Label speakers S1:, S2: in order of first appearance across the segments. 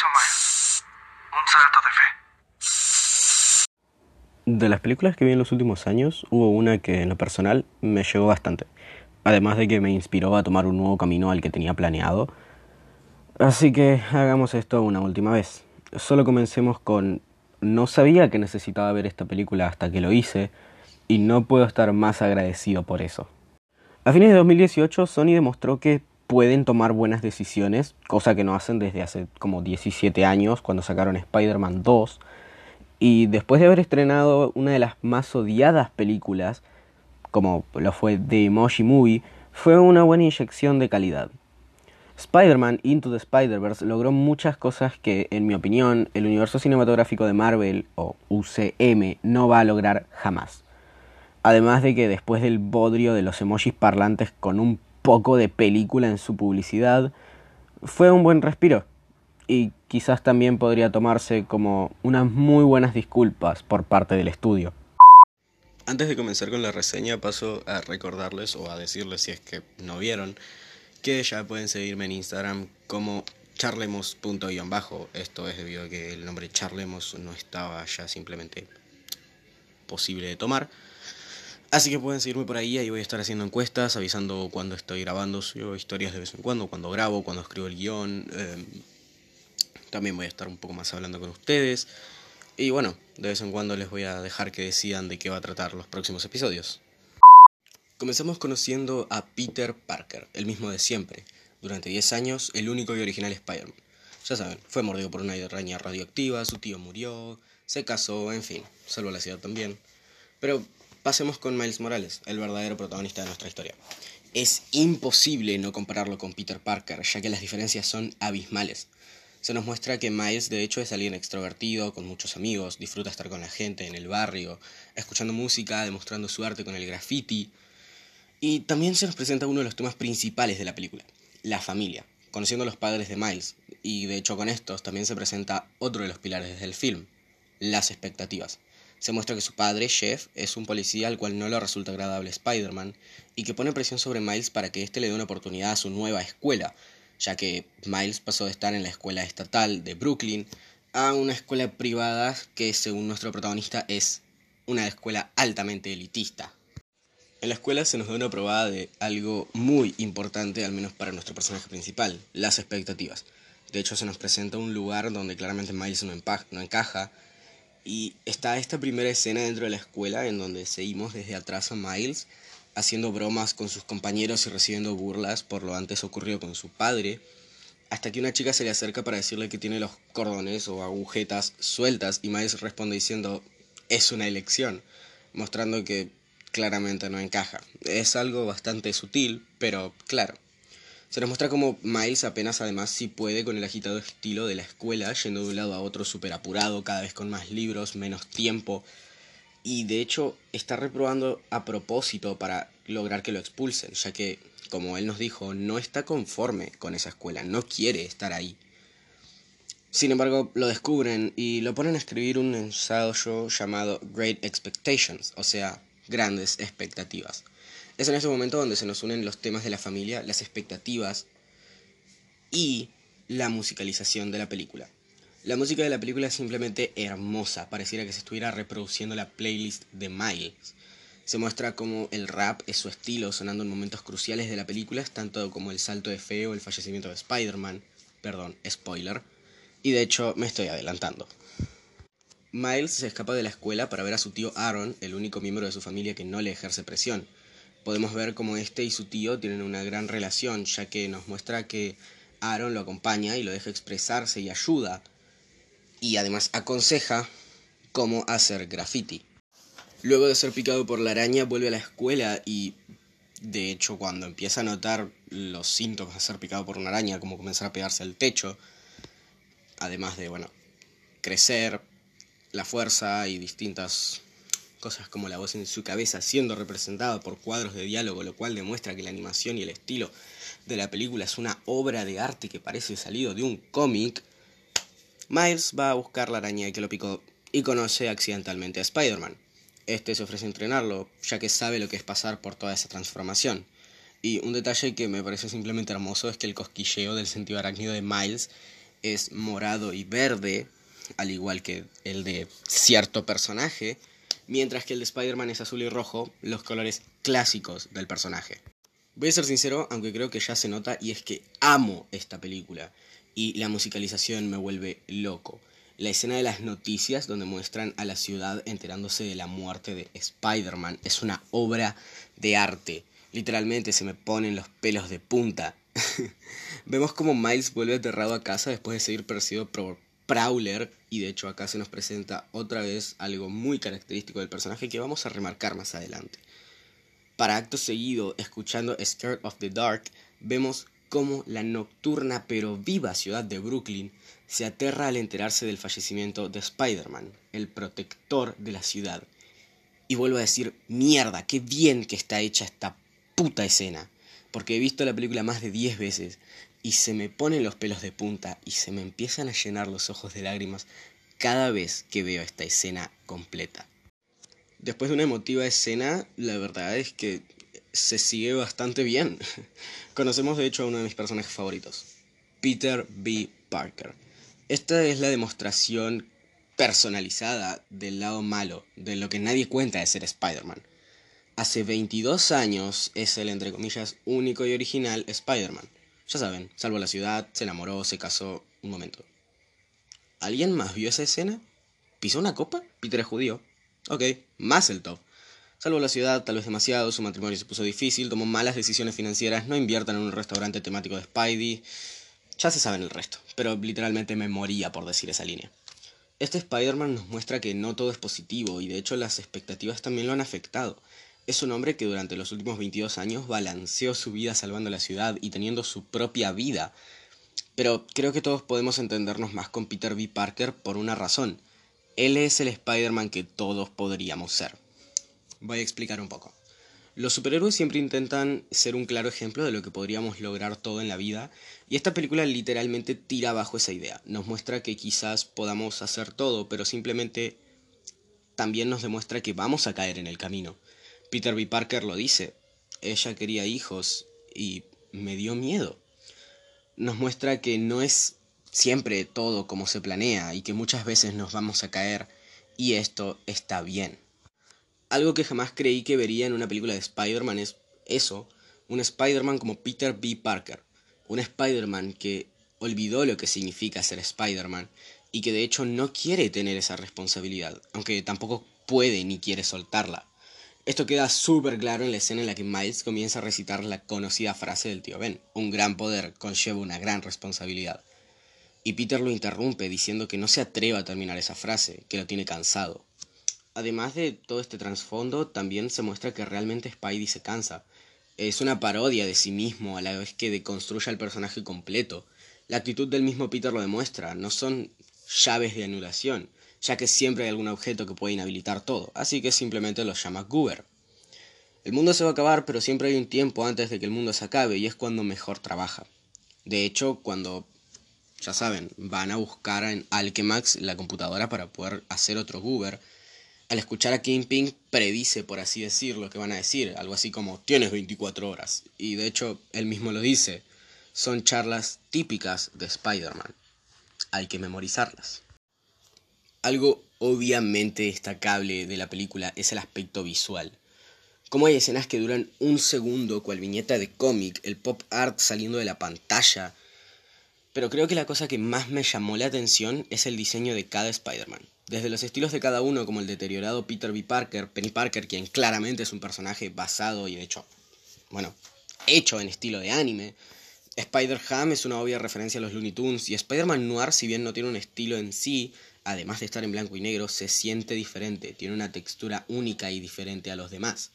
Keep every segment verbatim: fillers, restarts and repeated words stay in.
S1: hizo Miles. Un salto de fe.
S2: De las películas que vi en los últimos años, hubo una que en lo personal me llegó bastante. Además de que me inspiró a tomar un nuevo camino al que tenía planeado. Así que hagamos esto una última vez. Solo comencemos con... No sabía que necesitaba ver esta película hasta que lo hice, y no puedo estar más agradecido por eso. A fines de dos mil dieciocho, Sony demostró que pueden tomar buenas decisiones, cosa que no hacen desde hace como diecisiete años, cuando sacaron Spider-Man dos, y después de haber estrenado una de las más odiadas películas, como lo fue The Emoji Movie, fue una buena inyección de calidad. Spider-Man Into the Spider-Verse logró muchas cosas que, en mi opinión, el universo cinematográfico de Marvel, o U C M, no va a lograr jamás. Además de que después del bodrio de los emojis parlantes con un poco de película en su publicidad, fue un buen respiro. Y quizás también podría tomarse como unas muy buenas disculpas por parte del estudio.
S3: Antes de comenzar con la reseña, paso a recordarles o a decirles, si es que no vieron, que ya pueden seguirme en Instagram como charlemos punto guión bajo. Esto es debido a que el nombre Charlemos no estaba ya simplemente posible de tomar. Así que pueden seguirme por ahí, ahí voy a estar haciendo encuestas, avisando cuando estoy grabando, subo historias de vez en cuando, cuando grabo, cuando escribo el guión. Eh, también voy a estar un poco más hablando con ustedes. Y bueno, de vez en cuando les voy a dejar que decidan de qué va a tratar los próximos episodios. Comenzamos conociendo a Peter Parker, el mismo de siempre. Durante diez años, el único y original Spider-Man. Ya saben, fue mordido por una araña radioactiva, su tío murió, se casó, en fin, salvó la ciudad también. Pero pasemos con Miles Morales, el verdadero protagonista de nuestra historia. Es imposible no compararlo con Peter Parker, ya que las diferencias son abismales. Se nos muestra que Miles de hecho es alguien extrovertido, con muchos amigos, disfruta estar con la gente en el barrio, escuchando música, demostrando su arte con el graffiti. Y también se nos presenta uno de los temas principales de la película, la familia, conociendo a los padres de Miles. Y de hecho con estos también se presenta otro de los pilares del film, las expectativas. Se muestra que su padre, Jeff, es un policía al cual no le resulta agradable Spider-Man y que pone presión sobre Miles para que éste le dé una oportunidad a su nueva escuela, ya que Miles pasó de estar en la escuela estatal de Brooklyn a una escuela privada que, según nuestro protagonista, es una escuela altamente elitista. En la escuela se nos da una probada de algo muy importante, al menos para nuestro personaje principal, las expectativas. De hecho, se nos presenta un lugar donde claramente Miles no, empa- no encaja, y está esta primera escena dentro de la escuela en donde seguimos desde atrás a Miles haciendo bromas con sus compañeros y recibiendo burlas por lo antes ocurrido con su padre, hasta que una chica se le acerca para decirle que tiene los cordones o agujetas sueltas y Miles responde diciendo es una elección, mostrando que claramente no encaja. Es algo bastante sutil, pero claro. Se nos muestra como Miles apenas además sí puede con el agitado estilo de la escuela, yendo de un lado a otro súper apurado, cada vez con más libros, menos tiempo, y de hecho está reprobando a propósito para lograr que lo expulsen, ya que, como él nos dijo, no está conforme con esa escuela, no quiere estar ahí. Sin embargo, lo descubren y lo ponen a escribir un ensayo llamado Great Expectations, o sea, grandes expectativas. Es en ese momento donde se nos unen los temas de la familia, las expectativas y la musicalización de la película. La música de la película es simplemente hermosa, pareciera que se estuviera reproduciendo la playlist de Miles. Se muestra como el rap es su estilo, sonando en momentos cruciales de la película, tanto como el salto de fe o el fallecimiento de Spider-Man. Perdón, spoiler. Y de hecho me estoy adelantando. Miles se escapa de la escuela para ver a su tío Aaron, el único miembro de su familia que no le ejerce presión. Podemos ver cómo este y su tío tienen una gran relación, ya que nos muestra que Aaron lo acompaña y lo deja expresarse y ayuda, y además aconseja cómo hacer graffiti. Luego de ser picado por la araña vuelve a la escuela y, de hecho, cuando empieza a notar los síntomas de ser picado por una araña, como comenzar a pegarse al techo, además de, bueno, crecer, la fuerza y distintas cosas como la voz en su cabeza siendo representada por cuadros de diálogo, lo cual demuestra que la animación y el estilo de la película es una obra de arte que parece salido de un cómic. Miles va a buscar la araña que lo picó y conoce accidentalmente a Spider-Man. Este se ofrece a entrenarlo, ya que sabe lo que es pasar por toda esa transformación. Y un detalle que me parece simplemente hermoso es que el cosquilleo del sentido arácnido de Miles es morado y verde, al igual que el de cierto personaje, mientras que el de Spider-Man es azul y rojo, los colores clásicos del personaje. Voy a ser sincero, aunque creo que ya se nota, y es que amo esta película, y la musicalización me vuelve loco. La escena de las noticias, donde muestran a la ciudad enterándose de la muerte de Spider-Man, es una obra de arte. Literalmente se me ponen los pelos de punta. Vemos como Miles vuelve aterrado a casa después de seguir perseguido por Prowler, y de hecho acá se nos presenta otra vez algo muy característico del personaje que vamos a remarcar más adelante. Para acto seguido, escuchando Scared of the Dark, vemos cómo la nocturna pero viva ciudad de Brooklyn se aterra al enterarse del fallecimiento de Spider-Man, el protector de la ciudad. Y vuelvo a decir, mierda, qué bien que está hecha esta puta escena, porque he visto la película más de diez veces y se me ponen los pelos de punta y se me empiezan a llenar los ojos de lágrimas cada vez que veo esta escena completa. Después de una emotiva escena, la verdad es que se sigue bastante bien. Conocemos de hecho a uno de mis personajes favoritos, Peter B. Parker. Esta es la demostración personalizada del lado malo, de lo que nadie cuenta de ser Spider-Man. Hace veintidós años es el, entre comillas, único y original Spider-Man. Ya saben, salvó la ciudad, se enamoró, se casó. Un momento. ¿Alguien más vio esa escena? ¿Pisó una copa? Peter es judío. Ok, más el top. Salvó la ciudad, tal vez demasiado, su matrimonio se puso difícil, tomó malas decisiones financieras, no inviertan en un restaurante temático de Spidey. Ya se saben el resto, pero literalmente me moría por decir esa línea. Este Spider-Man nos muestra que no todo es positivo y de hecho las expectativas también lo han afectado. Es un hombre que durante los últimos veintidós años balanceó su vida salvando la ciudad y teniendo su propia vida. Pero creo que todos podemos entendernos más con Peter B. Parker por una razón. Él es el Spider-Man que todos podríamos ser. Voy a explicar un poco. Los superhéroes siempre intentan ser un claro ejemplo de lo que podríamos lograr todo en la vida, y esta película literalmente tira abajo esa idea. Nos muestra que quizás podamos hacer todo, pero simplemente también nos demuestra que vamos a caer en el camino. Peter B. Parker lo dice, ella quería hijos y me dio miedo. Nos muestra que no es siempre todo como se planea y que muchas veces nos vamos a caer, y esto está bien. Algo que jamás creí que vería en una película de Spider-Man es eso, un Spider-Man como Peter B. Parker, un Spider-Man que olvidó lo que significa ser Spider-Man y que de hecho no quiere tener esa responsabilidad, aunque tampoco puede ni quiere soltarla. Esto queda súper claro en la escena en la que Miles comienza a recitar la conocida frase del tío Ben, un gran poder conlleva una gran responsabilidad. Y Peter lo interrumpe diciendo que no se atreva a terminar esa frase, que lo tiene cansado. Además de todo este trasfondo, también se muestra que realmente Spidey se cansa. Es una parodia de sí mismo a la vez que deconstruye al personaje completo. La actitud del mismo Peter lo demuestra, no son llaves de anulación, ya que siempre hay algún objeto que puede inhabilitar todo, así que simplemente los llama Goober. El mundo se va a acabar, pero siempre hay un tiempo antes de que el mundo se acabe y es cuando mejor trabaja. De hecho, cuando, ya saben, van a buscar en Alchemax la computadora para poder hacer otro Goober, al escuchar a Kingpin predice, por así decirlo, que van a decir, algo así como, tienes veinticuatro horas. Y de hecho, él mismo lo dice, son charlas típicas de Spider-Man. Hay que memorizarlas. Algo obviamente destacable de la película es el aspecto visual. Como hay escenas que duran un segundo, cual viñeta de cómic, el pop art saliendo de la pantalla. Pero creo que la cosa que más me llamó la atención es el diseño de cada Spider-Man. Desde los estilos de cada uno, como el deteriorado Peter B. Parker, Penny Parker, quien claramente es un personaje basado y de hecho, bueno, hecho en estilo de anime. Spider-Ham es una obvia referencia a los Looney Tunes, y Spider-Man Noir, si bien no tiene un estilo en sí, además de estar en blanco y negro, se siente diferente, tiene una textura única y diferente a los demás.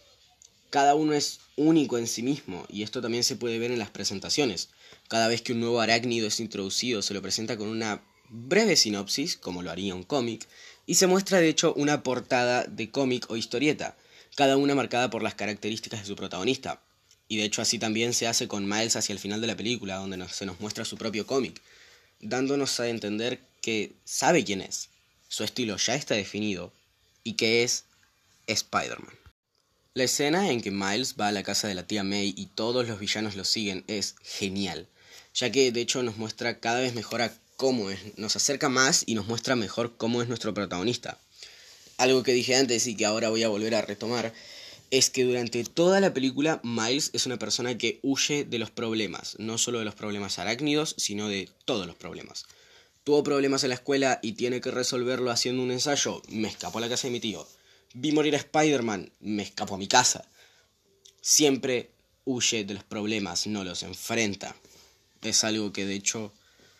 S3: Cada uno es único en sí mismo, y esto también se puede ver en las presentaciones. Cada vez que un nuevo arácnido es introducido, se lo presenta con una breve sinopsis, como lo haría un cómic, y se muestra de hecho una portada de cómic o historieta, cada una marcada por las características de su protagonista. Y de hecho así también se hace con Miles hacia el final de la película, donde nos, se nos muestra su propio cómic, dándonos a entender que sabe quién es, su estilo ya está definido, y que es Spider-Man. La escena en que Miles va a la casa de la tía May y todos los villanos lo siguen es genial, ya que de hecho nos muestra cada vez mejor a cómo es, nos acerca más y nos muestra mejor cómo es nuestro protagonista. Algo que dije antes y que ahora voy a volver a retomar, es que durante toda la película Miles es una persona que huye de los problemas, no solo de los problemas arácnidos, sino de todos los problemas. Tuvo problemas en la escuela y tiene que resolverlo haciendo un ensayo, me escapó a la casa de mi tío. Vi morir a Spider-Man, me escapó a mi casa. Siempre huye de los problemas, no los enfrenta. Es algo que de hecho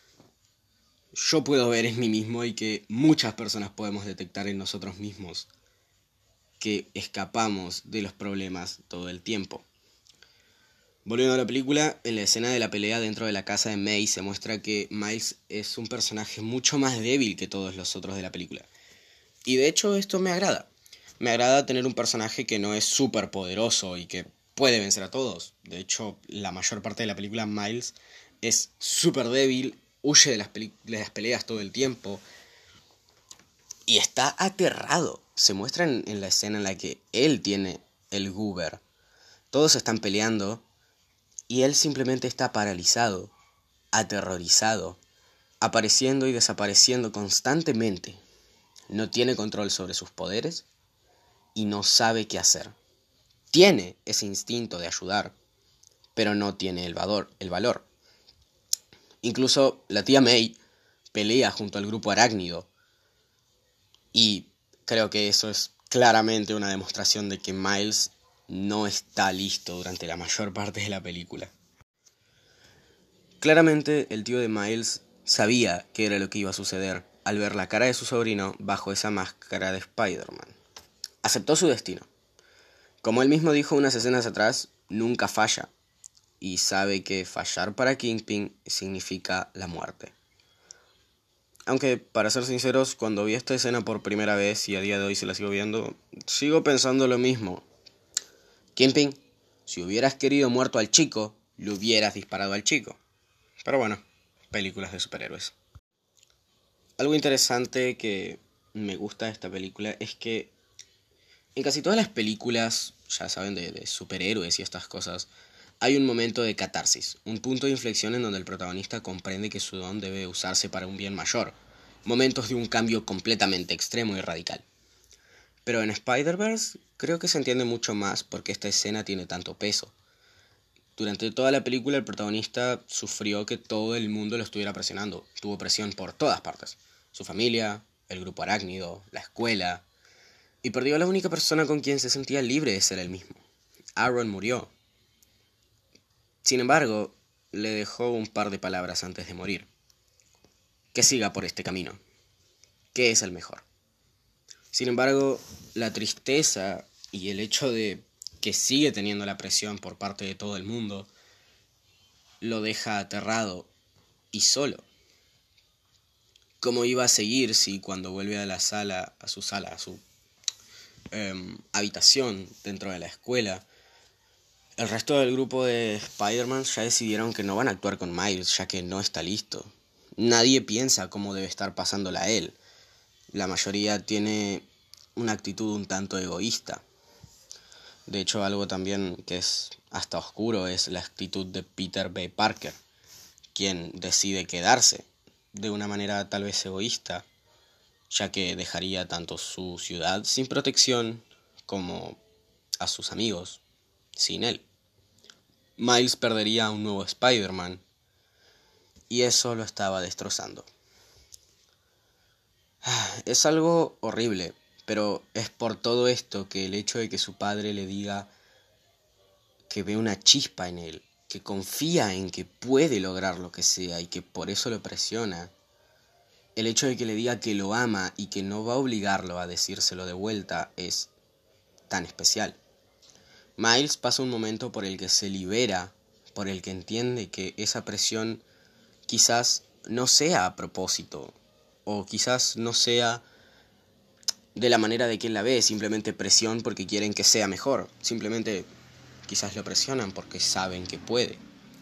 S3: yo puedo ver en mí mismo y que muchas personas podemos detectar en nosotros mismos, que escapamos de los problemas todo el tiempo. Volviendo a la película, en la escena de la pelea dentro de la casa de May se muestra que Miles es un personaje mucho más débil que todos los otros de la película. Y de hecho esto me agrada. Me agrada tener un personaje que no es súper poderoso y que puede vencer a todos. De hecho, la mayor parte de la película Miles es súper débil, huye de las, peli- de las peleas todo el tiempo y está aterrado. Se muestra en, en la escena en la que él tiene el Goober. Todos están peleando y él simplemente está paralizado, aterrorizado, apareciendo y desapareciendo constantemente. No tiene control sobre sus poderes y no sabe qué hacer. Tiene ese instinto de ayudar, pero no tiene el valor, el valor. Incluso la tía May pelea junto al grupo arácnido y creo que eso es claramente una demostración de que Miles no está listo durante la mayor parte de la película. Claramente el tío de Miles sabía qué era lo que iba a suceder al ver la cara de su sobrino bajo esa máscara de Spider-Man. Aceptó su destino. Como él mismo dijo unas escenas atrás, nunca falla, y sabe que fallar para Kingpin significa la muerte. Aunque, para ser sinceros, cuando vi esta escena por primera vez y a día de hoy se la sigo viendo, sigo pensando lo mismo. Kingpin, si hubieras querido muerto al chico, le hubieras disparado al chico. Pero bueno, películas de superhéroes. Algo interesante que me gusta de esta película es que en casi todas las películas, ya saben, de, de superhéroes y estas cosas, hay un momento de catarsis, un punto de inflexión en donde el protagonista comprende que su don debe usarse para un bien mayor, momentos de un cambio completamente extremo y radical. Pero en Spider-Verse creo que se entiende mucho más porque esta escena tiene tanto peso. Durante toda la película el protagonista sufrió que todo el mundo lo estuviera presionando, tuvo presión por todas partes, su familia, el grupo arácnido, la escuela, y perdió a la única persona con quien se sentía libre de ser él mismo. Aaron murió. Sin embargo, le dejó un par de palabras antes de morir. Que siga por este camino, que es el mejor. Sin embargo, la tristeza y el hecho de que sigue teniendo la presión por parte de todo el mundo lo deja aterrado y solo. ¿Cómo iba a seguir si cuando vuelve a la sala, a su sala, a su eh, habitación dentro de la escuela, el resto del grupo de Spider-Man ya decidieron que no van a actuar con Miles, ya que no está listo? Nadie piensa cómo debe estar pasándola a él. La mayoría tiene una actitud un tanto egoísta. De hecho, algo también que es hasta oscuro es la actitud de Peter B. Parker, quien decide quedarse de una manera tal vez egoísta, ya que dejaría tanto su ciudad sin protección como a sus amigos sin él. Miles perdería a un nuevo Spider-Man y eso lo estaba destrozando. Es algo horrible, pero es por todo esto que el hecho de que su padre le diga que ve una chispa en él, que confía en que puede lograr lo que sea y que por eso lo presiona, el hecho de que le diga que lo ama y que no va a obligarlo a decírselo de vuelta es tan especial. Miles pasa un momento por el que se libera, por el que entiende que esa presión quizás no sea a propósito, o quizás no sea de la manera de que él la ve, simplemente presión porque quieren que sea mejor, simplemente quizás lo presionan porque saben que puede.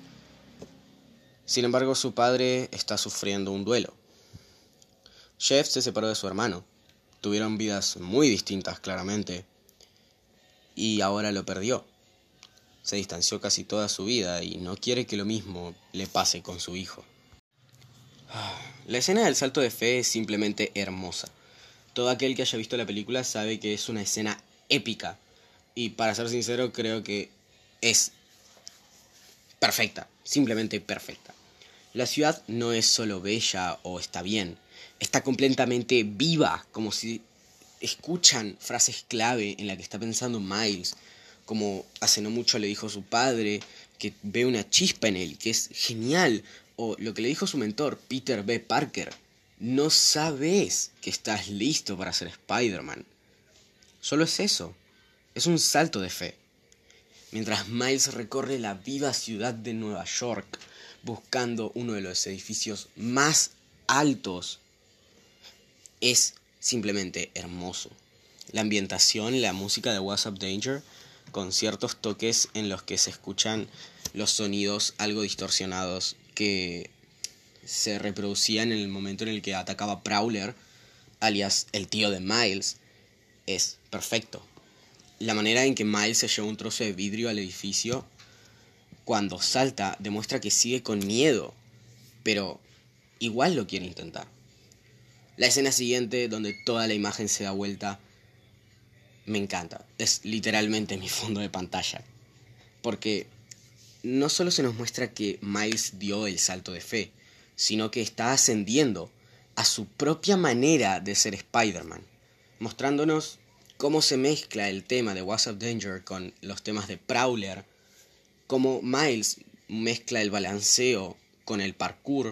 S3: Sin embargo, su padre está sufriendo un duelo. Jeff se separó de su hermano, tuvieron vidas muy distintas claramente, y ahora lo perdió. se distanció casi toda su vida y no quiere que lo mismo le pase con su hijo. La escena del salto de fe es simplemente hermosa. Todo aquel que haya visto la película sabe que es una escena épica. Y para ser sincero, creo que es perfecta, simplemente perfecta. La ciudad no es solo bella o está bien, está completamente viva, como si escuchan frases clave en la que está pensando Miles, como hace no mucho le dijo su padre, que ve una chispa en él, que es genial, o lo que le dijo su mentor, Peter B. Parker: no sabes que estás listo para ser Spider-Man. Solo es eso, es un salto de fe. Mientras Miles recorre la viva ciudad de Nueva York, buscando uno de los edificios más altos, es simplemente hermoso. La ambientación, la música de What's Up Danger, con ciertos toques en los que se escuchan los sonidos algo distorsionados que se reproducían en el momento en el que atacaba Prowler, alias el tío de Miles, es perfecto. La manera en que Miles se lleva un trozo de vidrio al edificio cuando salta demuestra que sigue con miedo, pero igual lo quiere intentar. La escena siguiente, donde toda la imagen se da vuelta, me encanta. Es literalmente mi fondo de pantalla. Porque no solo se nos muestra que Miles dio el salto de fe, sino que está ascendiendo a su propia manera de ser Spider-Man, mostrándonos cómo se mezcla el tema de What's Up Danger con los temas de Prowler, cómo Miles mezcla el balanceo con el parkour.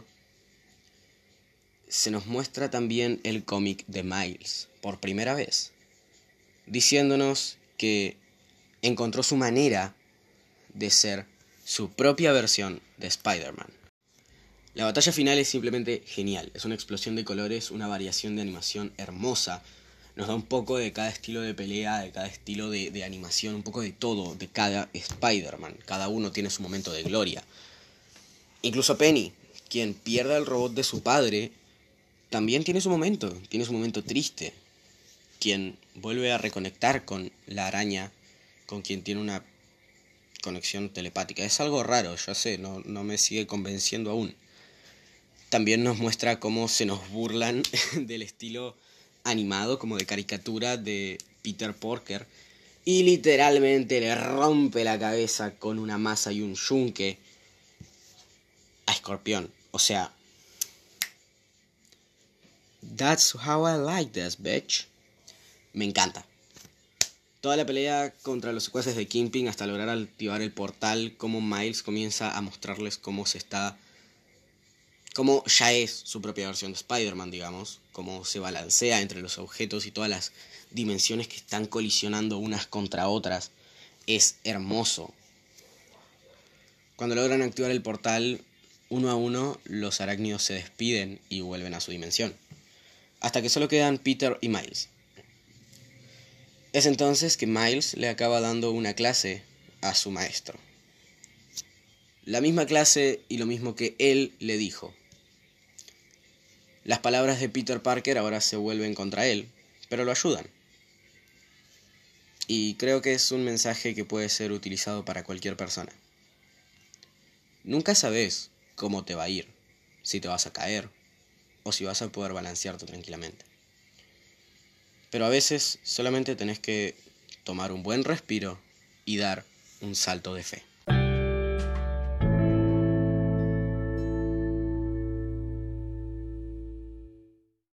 S3: Se nos muestra también el cómic de Miles, por primera vez, diciéndonos que encontró su manera de ser su propia versión de Spider-Man. La batalla final es simplemente genial, es una explosión de colores, una variación de animación hermosa. Nos da un poco de cada estilo de pelea, de cada estilo de, de animación, un poco de todo, de cada Spider-Man. Cada uno tiene su momento de gloria. Incluso Penny, quien pierde el robot de su padre, también tiene su momento, tiene su momento triste. Quien vuelve a reconectar con la araña, con quien tiene una conexión telepática. Es algo raro, ya sé, no, no me sigue convenciendo aún. También nos muestra cómo se nos burlan del estilo animado, como de caricatura de Peter Parker, y literalmente le rompe la cabeza con una masa y un yunque a Escorpión. O sea, that's how I like this, bitch. Me encanta. Toda la pelea contra los secuaces de Kingpin hasta lograr activar el portal, como Miles comienza a mostrarles cómo se está, cómo ya es su propia versión de Spider-Man, digamos, cómo se balancea entre los objetos y todas las dimensiones que están colisionando unas contra otras. Es hermoso. Cuando logran activar el portal, uno a uno los arácnidos se despiden y vuelven a su dimensión, hasta que solo quedan Peter y Miles. Es entonces que Miles le acaba dando una clase a su maestro. La misma clase y lo mismo que él le dijo. Las palabras de Peter Parker ahora se vuelven contra él, pero lo ayudan. Y creo que es un mensaje que puede ser utilizado para cualquier persona. Nunca sabes cómo te va a ir, si te vas a caer o si vas a poder balancearte tranquilamente. Pero a veces solamente tenés que tomar un buen respiro y dar un salto de fe.